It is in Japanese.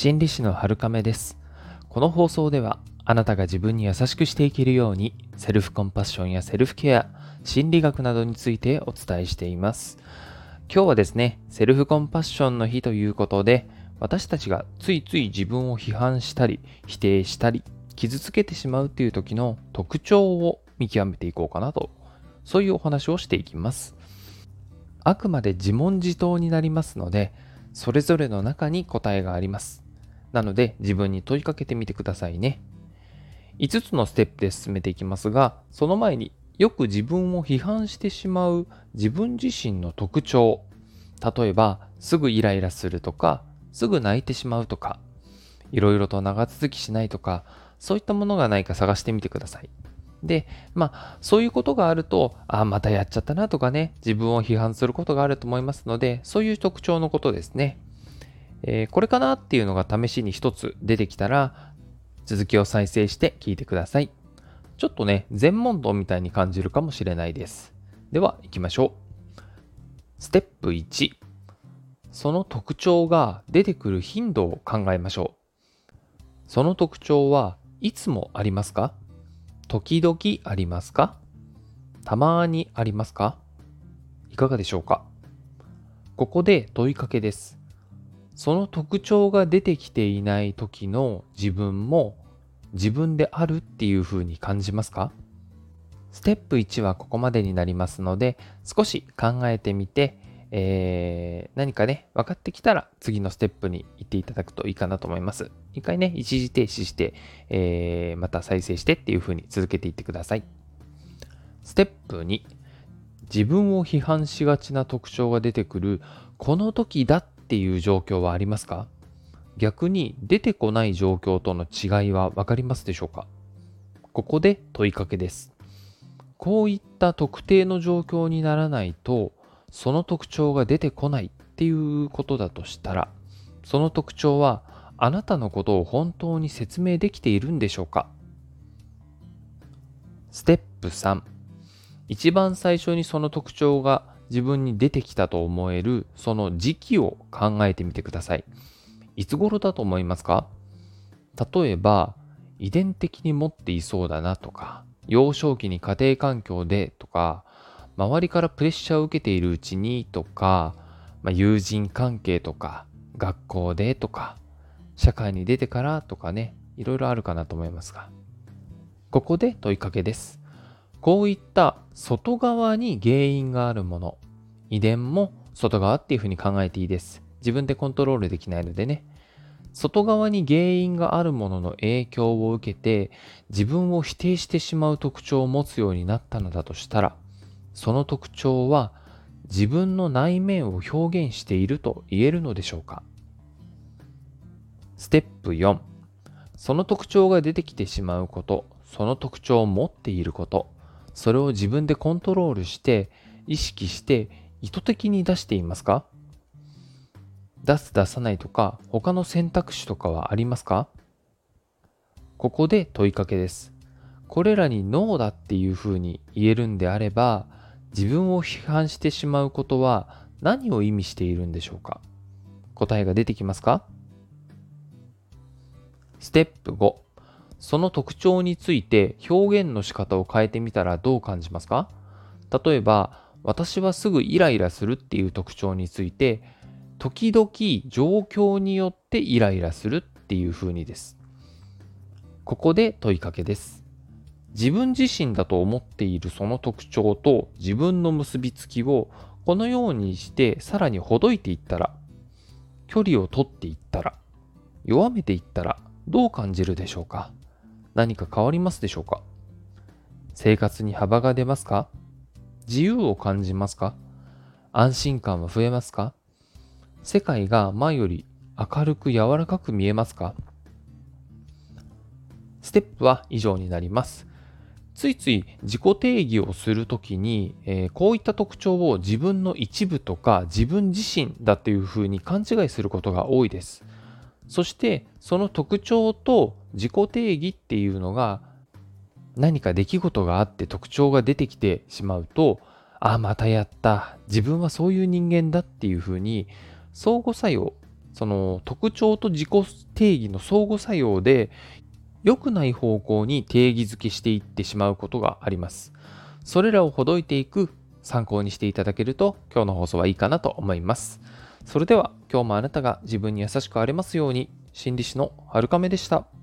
心理師の春亀です。この放送ではあなたが自分に優しくしていけるようにセルフコンパッションやセルフケア、心理学などについてお伝えしています。今日はですね、セルフコンパッションの日ということで、私たちがついつい自分を批判したり否定したり傷つけてしまうという時の特徴を見極めていこうかなと、そういうお話をしていきます。あくまで自問自答になりますので、それぞれの中に答えがあります。なので自分に問いかけてみてくださいね。5つのステップで進めていきますが、その前によく自分を批判してしまう自分自身の特徴、例えばすぐイライラするとか、すぐ泣いてしまうとか、いろいろと長続きしないとか、そういったものがないか探してみてください。で、そういうことがあると、またやっちゃったなとかね、自分を批判することがあると思いますので、そういう特徴のことですね。これかなっていうのが試しに一つ出てきたら、続きを再生して聞いてください。ちょっとね、全問答みたいに感じるかもしれないです。では、行きましょう。ステップ1。その特徴が出てくる頻度を考えましょう。その特徴はいつもありますか？時々ありますか？たまにありますか？いかがでしょうか？ここで問いかけです。その特徴が出てきていない時の自分も自分であるっていう風に感じますか？ステップ1はここまでになりますので、少し考えてみて、何かね、分かってきたら次のステップに行っていただくといいかなと思います。一回ね、一時停止して、また再生してっていう風に続けていってください。ステップ2、自分を批判しがちな特徴が出てくる、この時だっていう状況はありますか？逆に出てこない状況との違いは分かりますでしょうか？ここで問いかけです。こういった特定の状況にならないと、その特徴が出てこないっていうことだとしたら、その特徴はあなたのことを本当に説明できているんでしょうか？ステップ3、一番最初にその特徴が自分に出てきたと思えるその時期を考えてみてください。いつ頃だと思いますか？例えば、遺伝的に持っていそうだなとか、幼少期に家庭環境でとか、周りからプレッシャーを受けているうちにとか、友人関係とか、学校でとか、社会に出てからとかね、いろいろあるかなと思いますが、ここで問いかけです。こういった外側に原因があるもの、遺伝も外側っていうふうに考えていいです。自分でコントロールできないのでね。外側に原因があるものの影響を受けて自分を否定してしまう特徴を持つようになったのだとしたら、その特徴は自分の内面を表現していると言えるのでしょうか？ステップ4、その特徴が出てきてしまうこと、その特徴を持っていること、それを自分でコントロールして、意識して意図的に出していますか？出す出さないとか、他の選択肢とかはありますか？ここで問いかけです。これらにノーだっていうふうに言えるんであれば、自分を批判してしまうことは何を意味しているんでしょうか？答えが出てきますか？ステップ5、その特徴について表現の仕方を変えてみたらどう感じますか？例えば、私はすぐイライラするっていう特徴について、時々状況によってイライラするっていう風にです。ここで問いかけです。自分自身だと思っているその特徴と自分の結びつきをこのようにしてさらにほどいていったら、距離を取っていったら、弱めていったらどう感じるでしょうか？何か変わりますでしょうか？生活に幅が出ますか？自由を感じますか？安心感は増えますか？世界が前より明るく柔らかく見えますか？ステップは以上になります。ついつい自己定義をするときに、こういった特徴を自分の一部とか自分自身だというふうに勘違いすることが多いです。そしてその特徴と自己定義っていうのが何か出来事があって特徴が出てきてしまうと、またやった。自分はそういう人間だっていうふうに相互作用その特徴と自己定義の相互作用で良くない方向に定義づけしていってしまうことがあります。それらをほどいていく参考にしていただけると今日の放送はいいかなと思います。それでは今日もあなたが自分に優しくありますように。心理師のはるかめでした。